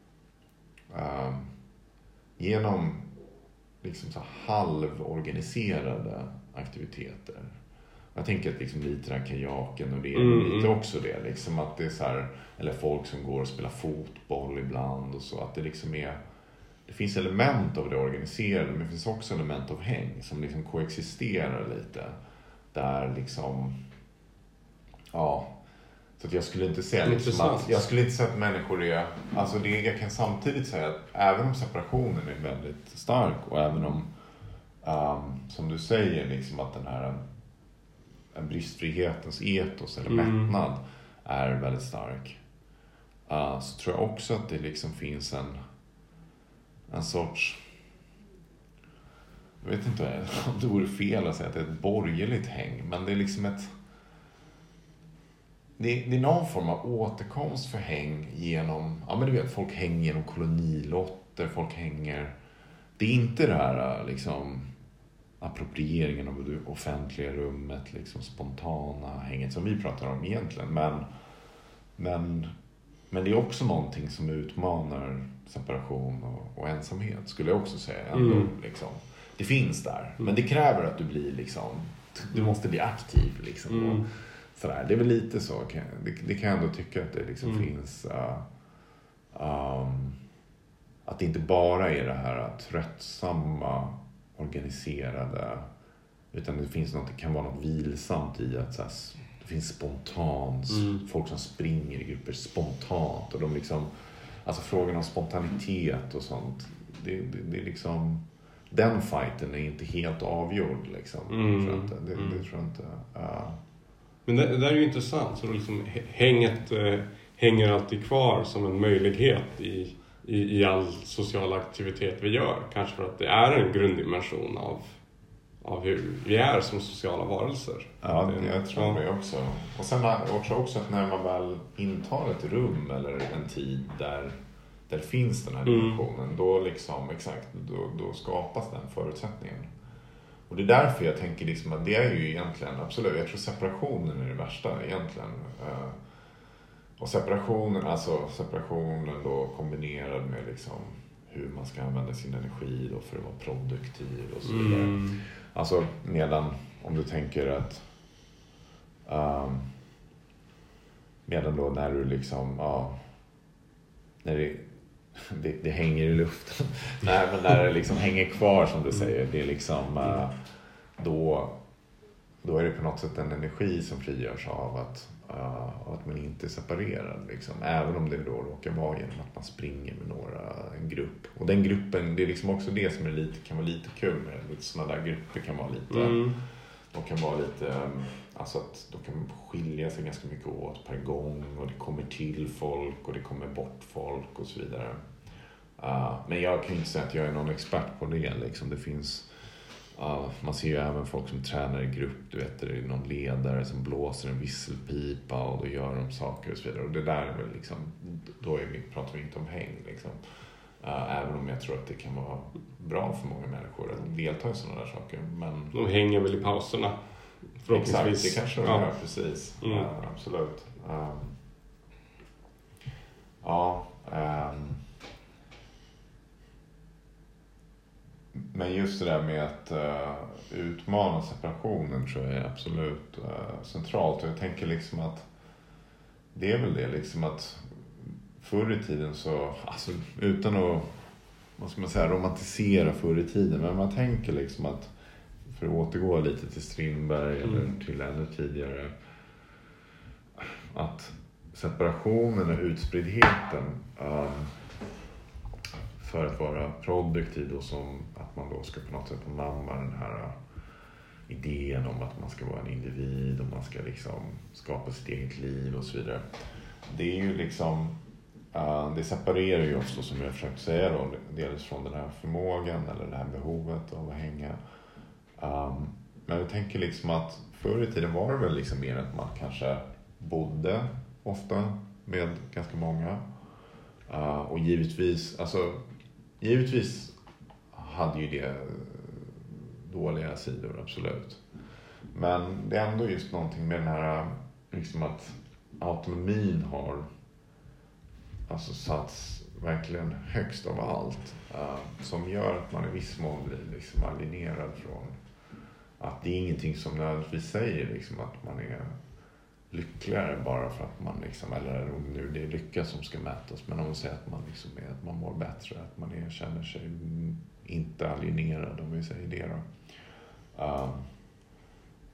[SPEAKER 1] Uh, genom liksom så halvorganiserade aktiviteter. Jag tänker att liksom lite den här kajaken och det är mm, lite också det liksom, att det är så här, eller folk som går och spelar fotboll ibland och så, att det liksom är, det finns element av det organiserade, men det finns också element av häng som liksom koexisterar lite där liksom, ja, så att jag skulle inte säga liksom att, jag skulle inte säga att människor är, alltså det, jag kan samtidigt säga att även om separationen är väldigt stark och även om, um, som du säger, liksom att den här en bristfrihetens etos eller mm. mättnad är väldigt stark, uh, så tror jag också att det liksom finns en en sorts, jag vet inte om det vore fel att säga att det är ett borgerligt häng, men det är liksom ett, det är, det är någon form av återkomst för häng genom, ja men du vet, folk hänger genom kolonilotter, folk hänger, det är inte det här liksom approprieringen av det offentliga rummet, liksom spontana hänget som vi pratar om egentligen, men men men det är också någonting som utmanar separation och, och ensamhet, skulle jag också säga ändå, mm. liksom. Det finns där, mm. men det kräver att du blir liksom, du måste bli aktiv liksom, mm. och sådär. Det är väl lite så, det, det kan jag ändå tycka att det liksom mm. finns uh, um, att det inte bara är det här tröttsamma organiserade, utan det finns något, det kan vara något vilsamt i att så här, det finns spontant, mm. folk som springer i grupper spontant, och de liksom, alltså frågan om spontanitet och sånt, det, det, det är liksom, den fighten är inte helt avgjord liksom. Mm. Tror jag inte, det, det tror jag inte. Uh.
[SPEAKER 2] Men det, det där är ju intressant, så liksom hänget äh, hänger alltid kvar som en möjlighet i, i, i all social aktivitet vi gör, kanske för att det är en grunddimension av av hur vi är som sociala varelser.
[SPEAKER 1] Ja, det, jag tror det också. Och sen också, också att när man väl intar ett rum eller en tid där, där finns den här dimensionen, mm. då liksom, exakt, då, då skapas den förutsättningen. Och det är därför jag tänker liksom att det är ju egentligen, absolut, jag tror separationen är det värsta egentligen. Och separationen, alltså separationen då kombinerad med liksom hur man ska använda sin energi då för att vara produktiv och så vidare. Mm. Alltså medan, om du tänker att um, medan då när du liksom, ja, när det, det, det hänger i luften, nej men när det liksom hänger kvar som du säger, det är liksom, uh, då, då är det på något sätt en energi som frigörs av att, uh, att man inte är separerad liksom, även om det då råkar vara genom att man springer med några, en grupp, och den gruppen, det är liksom också det som är lite, kan vara lite kul med lite sådana där grupper, kan vara lite, mm. de kan vara lite, alltså att de kan skilja sig ganska mycket åt per gång, och det kommer till folk och det kommer bort folk och så vidare. Uh, men jag kan inte säga att jag är någon expert på det liksom. Det finns, uh, man ser ju även folk som tränar i grupp, du vet, det är någon ledare som blåser en visselpipa och då gör de saker och så vidare, och det där är väl liksom, då är vi, pratar vi inte om häng liksom. Uh, även om jag tror att det kan vara bra för många människor att delta i sådana där saker, men
[SPEAKER 2] de hänger väl i pauserna förhoppningsvis.
[SPEAKER 1] Exakt, det kanske de ja. gör, precis. Mm. Uh, absolut. Um, ja um, men just det där med att uh, utmana separationen tror jag är absolut uh, centralt, och jag tänker liksom att det är väl det liksom att förr i tiden så, alltså utan att, vad ska man säga, romantisera förr i tiden, men man tänker liksom att, för att återgå lite till Strindberg mm. eller till ännu tidigare, att separationen och utspriddheten um, för att vara produktiv, och som att man då ska på något sätt anamma den här idén om att man ska vara en individ och man ska liksom skapa sitt eget liv och så vidare. Det är ju liksom, uh, det separerar ju också, som jag försökt säga då, dels från den här förmågan eller det här behovet av att hänga. Um, men jag tänker liksom att förr i tiden var det väl liksom mer att man kanske bodde ofta med ganska många. Uh, och givetvis, alltså givetvis hade ju det dåliga sidor, absolut. Men det är ändå just någonting med den här, liksom att autonomin har alltså satts verkligen högst av allt. Uh, som gör att man i viss mån blir liksom alienerad från att det är ingenting som nödvändigtvis säger liksom att man är lyckligare bara för att man liksom, eller om nu det är lycka som ska mätas, men om man säger att man liksom är, att man mår bättre, att man är, känner sig inte alienerad, om vi säger det då. Uh,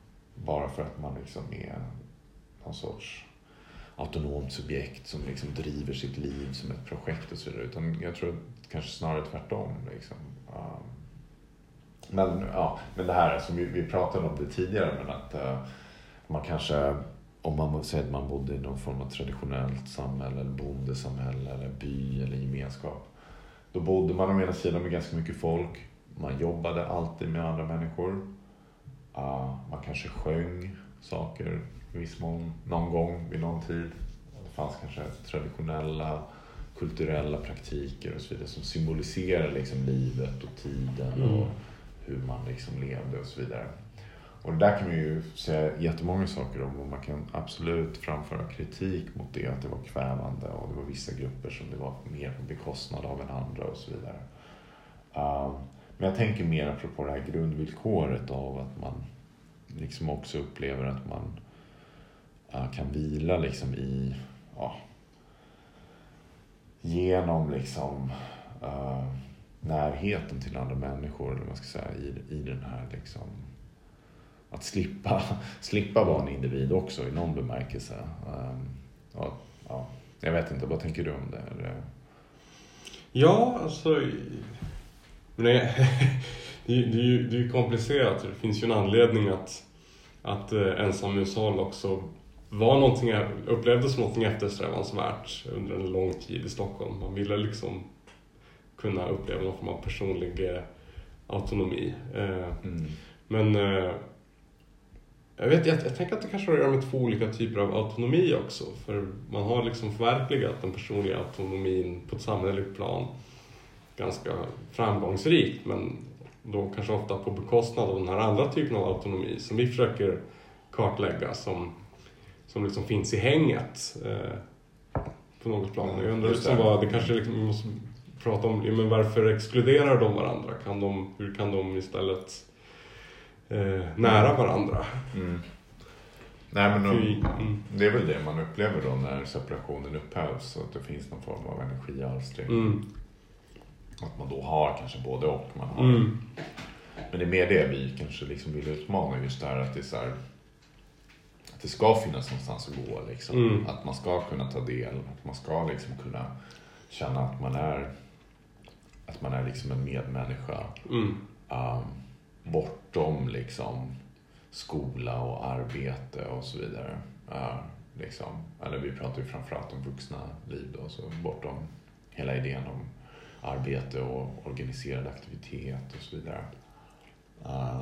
[SPEAKER 1] bara för att man liksom är någon sorts autonomt subjekt som liksom driver sitt liv som ett projekt och så vidare. Utan jag tror kanske snarare tvärtom. Liksom. Um, men, ja, men det här som vi, vi pratade om det tidigare, men att uh, man kanske, om man säger att man bodde i någon form av traditionellt samhälle eller bondesamhälle eller by eller gemenskap, då bodde man å ena sidan med ganska mycket folk. Man jobbade alltid med andra människor. Uh, man kanske sjöng saker i viss mån, någon gång vid någon tid. Det fanns kanske traditionella kulturella praktiker och så vidare som symboliserar liksom livet och tiden mm. och hur man liksom levde och så vidare. Och det där kan man ju säga jättemånga saker om, och man kan absolut framföra kritik mot det, att det var kvävande och det var vissa grupper som det var mer på bekostnad av än andra och så vidare. Uh, men jag tänker mer apropå det här grundvillkoret av att man liksom också upplever att man uh, kan vila liksom i ja, genom liksom uh, närheten till andra människor, eller vad man ska säga, i, i den här liksom att slippa, slippa vara en individ också i någon bemärkelse. Um, ja, ja, jag vet inte, vad tänker du om det? Eller?
[SPEAKER 2] Ja, alltså nej, det, det, är ju, det är ju komplicerat. Det finns ju en anledning att, att ensamhushåll också var någonting, upplevdes som någonting eftersträvansvärt under en lång tid i Stockholm. Man ville liksom kunna uppleva någon form av personlig autonomi. Mm. Men jag vet, jag, jag tänker att det kanske har att göra med två olika typer av autonomi också. För man har liksom förverkligat den personliga autonomin på ett samhälleligt plan ganska framgångsrikt, men då kanske ofta på bekostnad av den här andra typen av autonomi som vi försöker kartlägga, som, som liksom finns i hänget eh, på något plan. Jag undrar liksom vad, det kanske liksom, vi måste prata om, men varför exkluderar de varandra? Kan de, hur kan de istället eh, nära varandra?
[SPEAKER 1] Mm. Nej, men de, mm. det är väl det man upplever då när separationen upphävs, så att det finns någon form av energialstring. Mm. Att man då har kanske både och. Man har. Mm. Men det är mer det vi kanske liksom vill utmana, just det här att det är så här, att det ska finnas någonstans att gå liksom. Mm. Att man ska kunna ta del, att man ska liksom kunna känna att man är att man är liksom en medmänniska. Mm. Um, bortom liksom skola och arbete och så vidare. Uh, liksom. Eller vi pratar ju framförallt om vuxna liv då, så bortom hela idén om arbete och organiserad aktivitet och så vidare. Uh.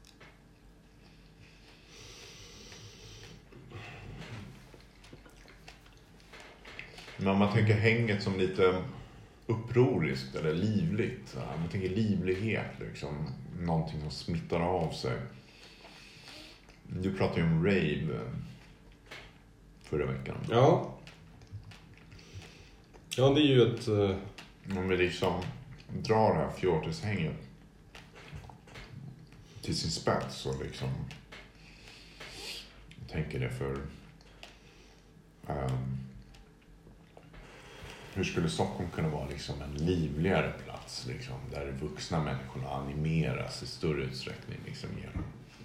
[SPEAKER 1] Men om man tänker hänget som lite upproriskt eller livligt. Man tänker livlighet, liksom. Någonting som smittar av sig. Du pratade ju om rave förra veckan.
[SPEAKER 2] Ja. Ja, det är ju ett... Uh...
[SPEAKER 1] Om vi liksom drar det här fjortishänget till sin spets och liksom tänker det för um, hur skulle Stockholm kunna vara liksom en livligare plats liksom, där vuxna människorna animeras i större utsträckning liksom, genom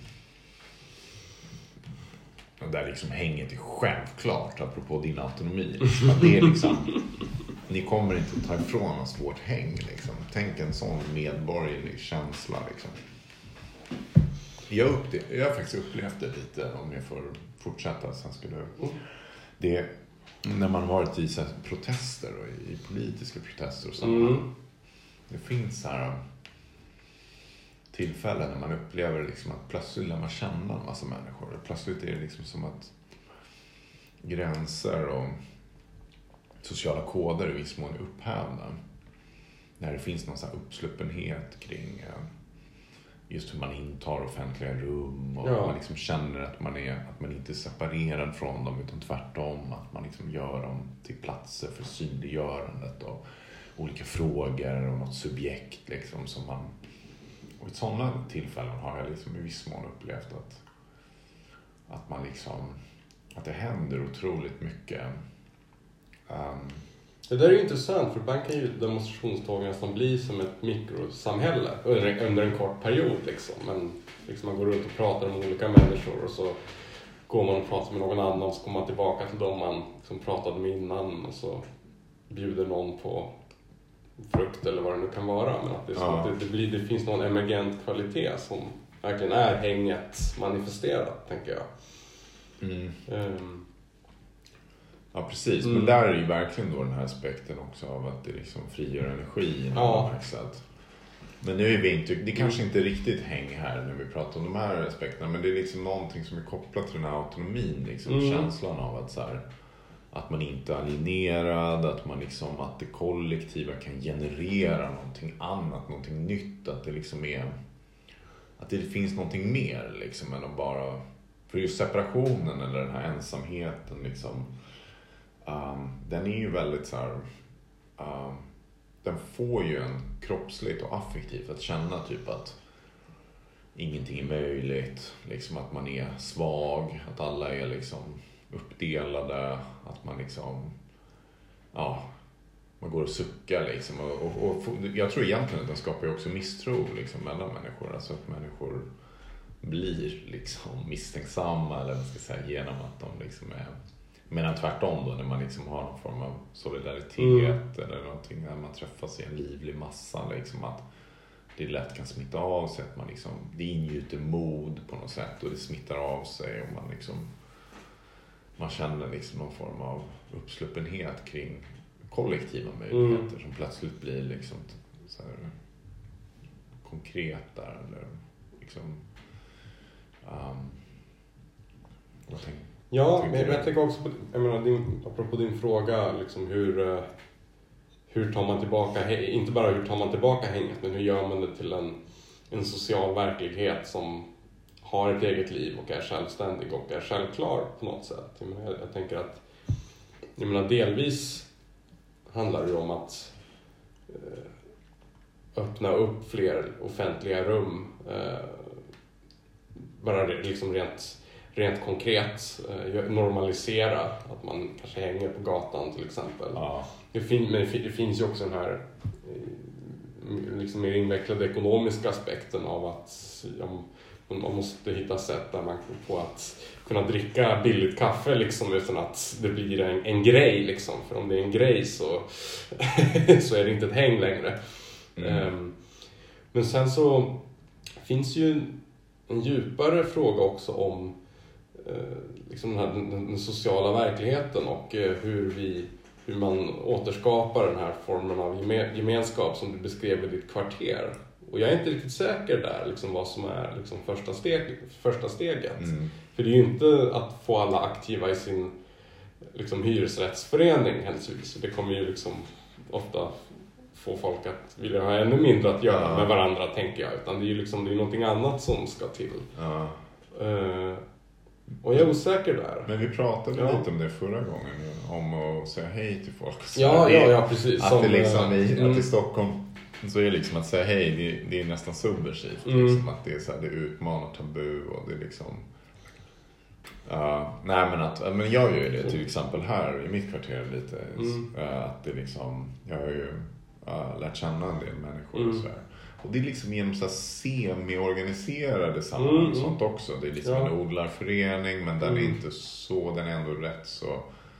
[SPEAKER 1] och där liksom hänget är självklart apropå din autonomi liksom, att det är liksom ni kommer inte att ta ifrån oss vårt häng liksom. Tänk en sån medborgerlig känsla liksom. Jag, upp det, jag har faktiskt upplevt det lite, om jag får fortsätta sen skulle det när man varit i så här protester och i politiska protester och så. Mm. Det finns så här tillfällen när man upplever liksom att plötsligt lär man känna en massa människor. Plötsligt är det liksom som att gränser och sociala koder i viss mån är upphävda. När det finns någon så här uppsluppenhet kring just hur man intar offentliga rum och ja. Man liksom känner att man, är, att man inte är separerad från dem utan tvärtom, att man liksom gör dem till platser för synliggörandet och olika frågor och något subjekt liksom som man, och i sådana tillfällen har jag liksom i viss mån upplevt att att man liksom att det händer otroligt mycket um,
[SPEAKER 2] Det där är ju intressant, för ibland kan ju demonstrationståg nästan bli som ett mikrosamhälle under, under en kort period liksom. Men liksom man går runt och pratar med olika människor och så går man och pratar med någon annan och så kommer man tillbaka till dem man liksom pratade med innan och så bjuder någon på frukt eller vad det nu kan vara. Men att det, är ja. att det, det, blir, det finns någon emergent kvalitet som verkligen är hänget manifesterat, tänker jag.
[SPEAKER 1] Mm.
[SPEAKER 2] Um,
[SPEAKER 1] Ja, precis.
[SPEAKER 2] Mm.
[SPEAKER 1] Men där är ju verkligen då den här aspekten också av att det liksom frigör energi.
[SPEAKER 2] Ja.
[SPEAKER 1] Men nu är vi inte, det kanske inte riktigt häng här när vi pratar om de här aspekterna, men det är liksom någonting som är kopplat till den här autonomin, liksom mm. känslan av att så här, att man inte är alienerad, att man liksom, att det kollektiva kan generera någonting annat, någonting nytt, att det liksom är, att det finns någonting mer liksom än att bara, för just separationen eller den här ensamheten liksom. Um, den är ju väldigt så här, um, den får ju en kroppsligt och affektivt att känna typ att ingenting är möjligt, liksom att man är svag, att alla är liksom uppdelade, att man liksom, ja, man går och suckar liksom och, och, och jag tror egentligen att den skapar ju också misstro liksom mellan människor, alltså att människor blir liksom misstänksamma eller vad ska jag säga, genom att de liksom är. Medan tvärtom då, när man liksom har någon form av solidaritet mm. eller någonting, när man träffas i en livlig massa liksom, att det lätt kan smitta av sig, att man liksom, det ingjuter mod på något sätt och det smittar av sig och man liksom, man känner liksom någon form av uppsluppenhet kring kollektiva möjligheter mm. som plötsligt blir liksom så här konkreta eller liksom um, vad tänker
[SPEAKER 2] Ja, men jag, jag tänker också på, jag menar, din, apropå din fråga, liksom hur, hur tar man tillbaka, inte bara hur tar man tillbaka hänget, men hur gör man det till en, en social verklighet som har ett eget liv och är självständig och är självklar på något sätt. Jag, menar, jag, jag tänker att, jag menar, delvis handlar det om att eh, öppna upp fler offentliga rum, eh, bara liksom rent rent konkret eh, normalisera att man kanske hänger på gatan till exempel.
[SPEAKER 1] Ja.
[SPEAKER 2] Det, fin- men det, det finns ju också den här eh, liksom mer invecklade ekonomiska aspekten av att ja, man måste hitta sätt där man på att kunna dricka billigt kaffe liksom, utan att det blir en, en grej liksom. För om det är en grej så, så är det inte ett häng längre. Mm. Um, men sen så finns ju en djupare fråga också om liksom den, här, den, den sociala verkligheten och hur, vi, hur man återskapar den här formen av gemenskap som du beskrev i ditt kvarter. Och jag är inte riktigt säker där liksom, vad som är liksom, första, steg, första steget. Mm. För det är ju inte att få alla aktiva i sin liksom, hyresrättsförening händelsevis. Det kommer ju liksom, ofta få folk att vilja ha ännu mindre att göra ja. med varandra, tänker jag. Utan det är ju liksom, det är någonting annat som ska till.
[SPEAKER 1] Ja.
[SPEAKER 2] Uh, Och jag är osäker där.
[SPEAKER 1] Men vi pratade ja. lite om det förra gången. Om att säga hej till folk. Så
[SPEAKER 2] ja, ja, ja, precis.
[SPEAKER 1] Att,
[SPEAKER 2] som,
[SPEAKER 1] det liksom i,
[SPEAKER 2] mm.
[SPEAKER 1] att i Stockholm så är det liksom att säga hej. Det, det är nästan subversivt.
[SPEAKER 2] Mm.
[SPEAKER 1] Liksom, att det är så här, det utmanar tabu. Och det är liksom... Uh, nej men att... Men jag gör ju det till exempel här i mitt kvarter lite. Mm. Uh, att det liksom... Jag har ju uh, lärt känna en del människor
[SPEAKER 2] mm.
[SPEAKER 1] och så här. Och det är liksom genom så här semi-organiserade sammanhang
[SPEAKER 2] mm,
[SPEAKER 1] och sånt också. Det är liksom ja. en odlarförening, men den
[SPEAKER 2] mm.
[SPEAKER 1] är inte så, den är ändå rätt så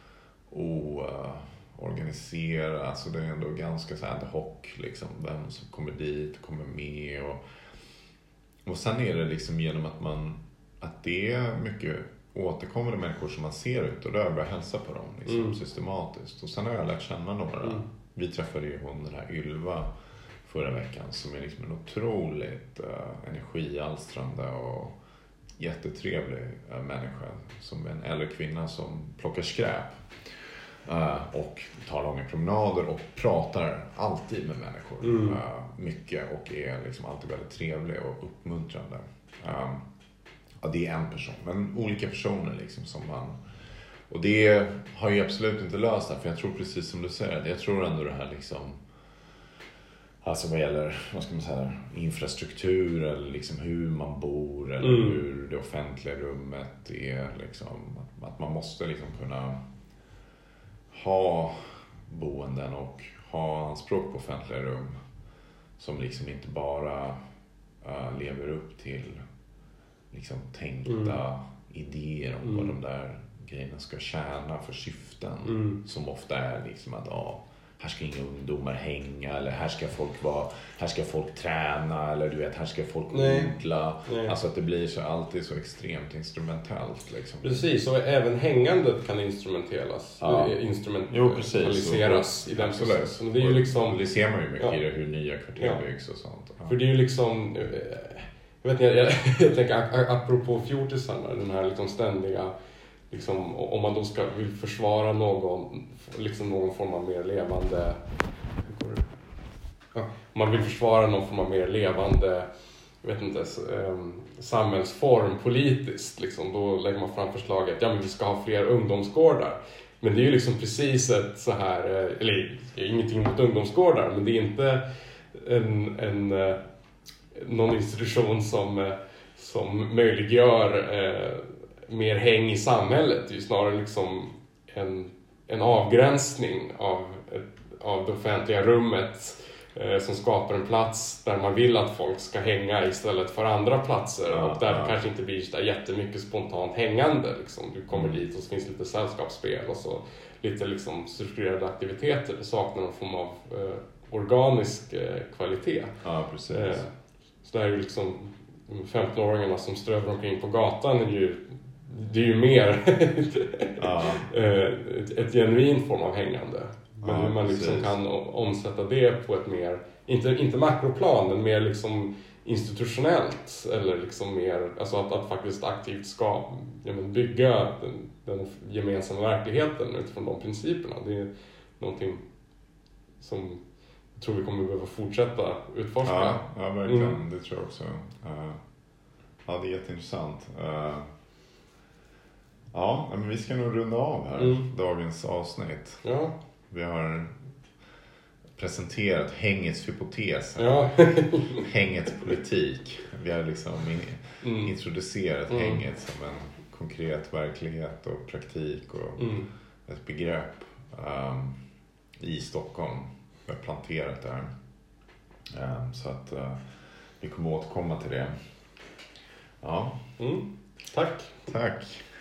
[SPEAKER 1] oorganiserad. Alltså det är ändå ganska så här ad hoc liksom, vem som kommer dit, kommer med. Och, och sen är det liksom genom att man, att det är mycket återkommande människor som man ser ut och rör, börjar hälsa på dem liksom,
[SPEAKER 2] mm.
[SPEAKER 1] systematiskt. Och sen har jag lärt känna några. Mm. Vi träffade ju hon den här Ylva förra veckan som är liksom en otroligt uh, energialstrande och jättetrevlig uh, människa, som är en äldre kvinna som plockar skräp uh, och tar långa promenader och pratar alltid med människor mm. uh, mycket och är liksom alltid väldigt trevlig och uppmuntrande. Um, ja, det är en person, men olika personer liksom som man, och det har ju absolut inte löst det, för jag tror precis som du säger, jag tror ändå det här liksom, alltså vad gäller, vad ska man säga, infrastruktur eller liksom hur man bor eller mm. hur det offentliga rummet är liksom, att man måste liksom kunna ha boenden och ha anspråk på offentliga rum som liksom inte bara uh, lever upp till liksom tänkta mm. idéer om mm. vad de där grejerna ska tjäna för syften mm. som ofta är liksom att ja, här ska inga ungdomar hänga eller här ska folk vara, här ska folk träna eller du vet, här ska folk odla. Alltså att det blir så alltid så extremt instrumentellt liksom.
[SPEAKER 2] Precis, och även hängandet kan instrumenteras. Ja. Instrumentaliseras i den processen. Det är ju liksom,
[SPEAKER 1] det ser man ju mycket ja. i hur nya kvarter ja. byggs och sånt.
[SPEAKER 2] Ja. För det är ju liksom, jag vet inte, jag, jag tänker apropå fjortisarna, den här liksom ständiga liksom, om man då ska vill försvara någon liksom någon form av mer levande ja, om man vill försvara någon form av mer levande jag vet inte um, samhällsform politiskt liksom, då lägger man fram förslaget ja men vi ska ha fler ungdomsgårdar, men det är ju liksom precis ett så här eller ingenting mot ungdomsgårdar, men det är inte en, en någon institution som som möjliggör eh, mer häng i samhället. Det är ju snarare liksom en, en avgränsning av, av det offentliga rummet eh, som skapar en plats där man vill att folk ska hänga istället för andra platser. Ja, och där ja. det kanske inte blir så där jättemycket spontant hängande. Liksom. Du kommer dit och så finns lite sällskapsspel och så lite liksom strukturerade aktiviteter. Det saknar någon form av eh, organisk eh, kvalitet.
[SPEAKER 1] Ja, precis.
[SPEAKER 2] Eh, så där är ju liksom femton-åringarna som strövar omkring på gatan är ju det är ju mer ja. ett, ett genuin form av hängande. Men ja, hur man liksom kan omsätta det på ett mer, inte, inte makroplan, men mer liksom institutionellt. Eller liksom mer, alltså att, att faktiskt aktivt ska ja, men bygga den, den gemensamma verkligheten utifrån de principerna. Det är någonting som jag tror vi kommer behöva fortsätta utforska.
[SPEAKER 1] Ja, ja verkligen. Mm. Det tror jag också. Uh, ja, det är jätteintressant. Uh, Ja, men vi ska nog runda av här mm. dagens avsnitt.
[SPEAKER 2] Ja.
[SPEAKER 1] Vi har presenterat hängets hypotes.
[SPEAKER 2] Ja.
[SPEAKER 1] Hängets politik. Vi har liksom in, mm. introducerat mm. hänget som en konkret verklighet och praktik och mm. ett begrepp um, i Stockholm. Vi har planterat det här. Um, så att uh, vi kommer återkomma till det. Ja.
[SPEAKER 2] Mm. Tack.
[SPEAKER 1] Tack.